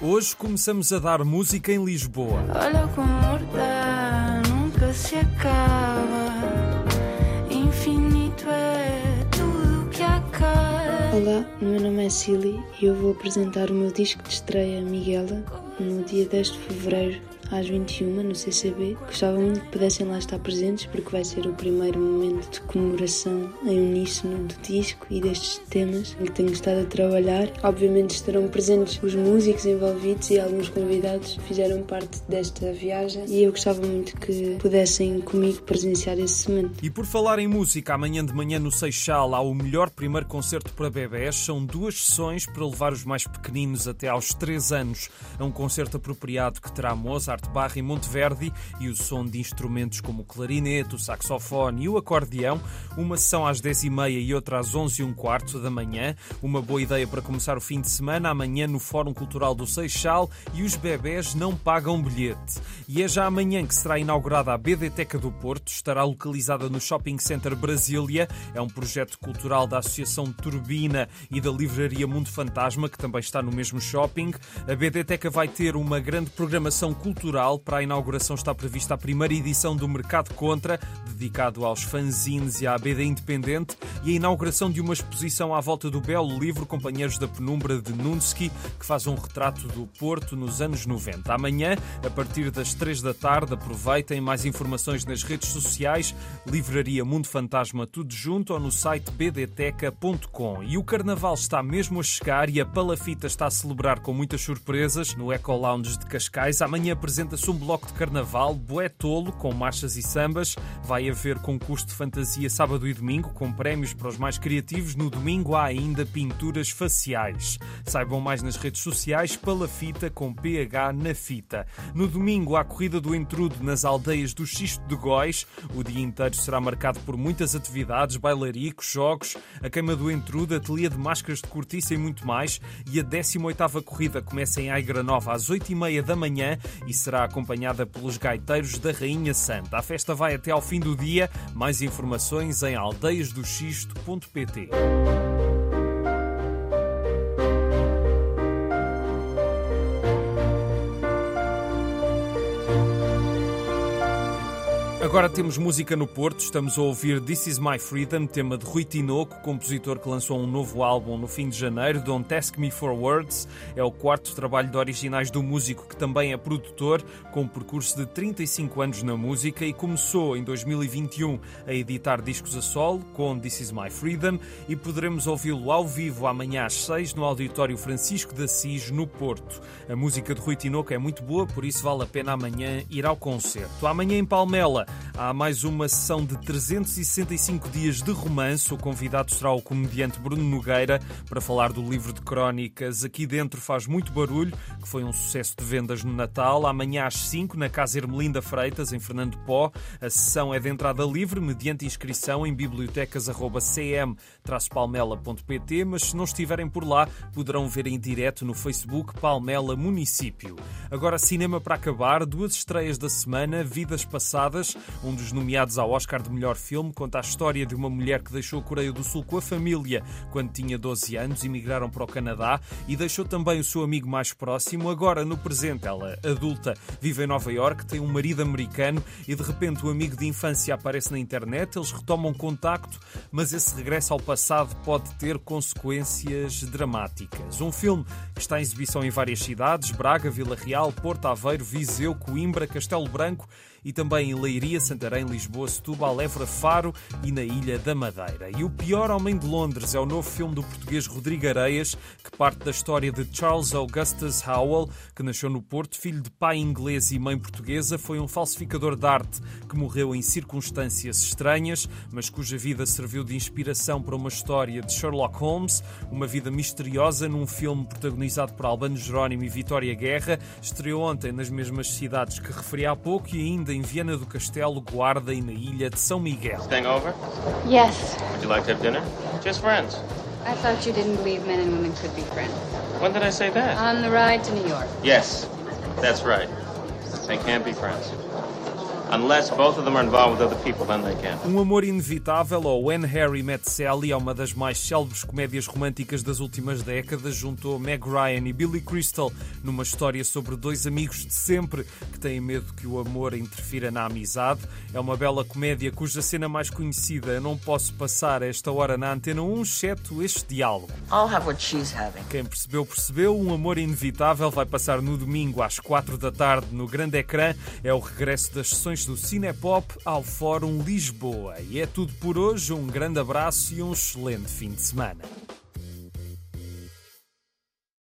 Hoje começamos a dar música em Lisboa. Olha como morda, nunca se acaba. Infinito é tudo que acaba. Olá, o meu nome é Cília e eu vou apresentar o meu disco de estreia, Miguela, no dia 10 de fevereiro, às 21, no CCB. Gostava muito que pudessem lá estar presentes, porque vai ser o primeiro momento de comemoração em uníssono do disco e destes temas em que tenho estado a trabalhar. Obviamente estarão presentes os músicos envolvidos e alguns convidados que fizeram parte desta viagem e eu gostava muito que pudessem comigo presenciar esse momento. E por falar em música, amanhã de manhã no Seixal há o melhor primeiro concerto para bebés. São 2 sessões para levar os mais pequeninos até aos 3 anos. É um concerto apropriado que terá Mozart, Bach e Monteverdi e o som de instrumentos como o clarinete, o saxofone e o acordeão. Uma sessão às 10h30 e outra às 11h15 da manhã. Uma boa ideia para começar o fim de semana, amanhã no Fórum Cultural do Seixal, e os bebés não pagam bilhete. E é já amanhã que será inaugurada a BDteca do Porto. Estará localizada no Shopping Center Brasília. É um projeto cultural da Associação Turbina e da Livraria Mundo Fantasma, que também está no mesmo shopping. A BDteca vai ter uma grande programação cultural. Para a inauguração está prevista a primeira edição do Mercado Contra, dedicado aos fanzines e à BD Independente, e a inauguração de uma exposição à volta do belo livro Companheiros da Penumbra, de Nunsky, que faz um retrato do Porto nos anos 90. Amanhã, a partir das 3 da tarde, aproveitem mais informações nas redes sociais, Livraria Mundo Fantasma tudo junto, ou no site bdteca.com. E o Carnaval está mesmo a chegar e a Palafita está a celebrar com muitas surpresas no Eco Lounge de Cascais. Amanhã apresenta-se um bloco de carnaval, bué tolo, com marchas e sambas. Vai haver concurso de fantasia sábado e domingo, com prémios para os mais criativos. No domingo há ainda pinturas faciais. Saibam mais nas redes sociais, Palafita com PH na fita. No domingo há corrida do entrudo nas aldeias do Xisto de Góis. O dia inteiro será marcado por muitas atividades, bailaricos, jogos, a queima do entrudo, ateliê de máscaras de cortiça e muito mais. E a 18ª corrida começa em Aigra Nova às 8h30 da manhã e será acompanhada pelos gaiteiros da Rainha Santa. A festa vai até ao fim do dia. Mais informações em aldeiasdoxisto.pt. Agora temos música no Porto, estamos a ouvir This Is My Freedom, tema de Rui Tinoco, compositor que lançou um novo álbum no fim de janeiro. Don't Ask Me For Words é o 4º trabalho de originais do músico, que também é produtor, com um percurso de 35 anos na música, e começou em 2021 a editar discos a solo com This Is My Freedom, e poderemos ouvi-lo ao vivo amanhã às 6 no Auditório Francisco de Assis, no Porto. A música de Rui Tinoco é muito boa, por isso vale a pena amanhã ir ao concerto. Amanhã em Palmela há mais uma sessão de 365 dias de romance. O convidado será o comediante Bruno Nogueira para falar do livro de crónicas Aqui Dentro Faz Muito Barulho, que foi um sucesso de vendas no Natal. Amanhã às 5 na Casa Ermelinda Freitas, em Fernando Pó. A sessão é de entrada livre, mediante inscrição em bibliotecas@cm-palmela.pt, mas se não estiverem por lá, poderão ver em direto no Facebook Palmela Município. Agora, cinema para acabar. 2 estreias da semana: Vidas Passadas. Um dos nomeados ao Oscar de melhor filme conta a história de uma mulher que deixou a Coreia do Sul com a família quando tinha 12 anos, emigraram para o Canadá, e deixou também o seu amigo mais próximo. Agora, no presente, ela, adulta, vive em Nova Iorque, tem um marido americano e de repente o amigo de infância aparece na internet. Eles retomam contacto, mas esse regresso ao passado pode ter consequências dramáticas. Um filme que está em exibição em várias cidades: Braga, Vila Real, Porto Aveiro, Viseu, Coimbra, Castelo Branco e também em Leiria, Santarém, Lisboa, Setúbal, Évora, Faro e na Ilha da Madeira. E O Pior Homem de Londres é o novo filme do português Rodrigo Areias, que parte da história de Charles Augustus Howell, que nasceu no Porto, filho de pai inglês e mãe portuguesa. Foi um falsificador de arte que morreu em circunstâncias estranhas, mas cuja vida serviu de inspiração para uma história de Sherlock Holmes, uma vida misteriosa, num filme protagonizado por Albano Jerónimo e Vitória Guerra. Estreou ontem nas mesmas cidades que referi há pouco e ainda em Viana do Castelo, Guarda e na Ilha de São Miguel. Staying over? Yes. Would you like to have dinner? Just friends. I thought you didn't believe men and women could be friends. When did I say that? On the ride to New York. Yes, that's right. They can't be friends. Unless both of them are involved with other people, then they can't. Um Amor Inevitável, ou When Harry Met Sally, é uma das mais célebres comédias românticas das últimas décadas. Juntou Meg Ryan e Billy Crystal numa história sobre dois amigos de sempre que têm medo que o amor interfira na amizade. É uma bela comédia cuja cena mais conhecida eu não posso passar a esta hora na Antena 1, exceto este diálogo. I'll have what she's having. Quem percebeu, percebeu. Um Amor Inevitável vai passar no domingo às 4 da tarde no grande ecrã. É o regresso das sessões do Cinepop ao Fórum Lisboa. E é tudo por hoje. Um grande abraço e um excelente fim de semana.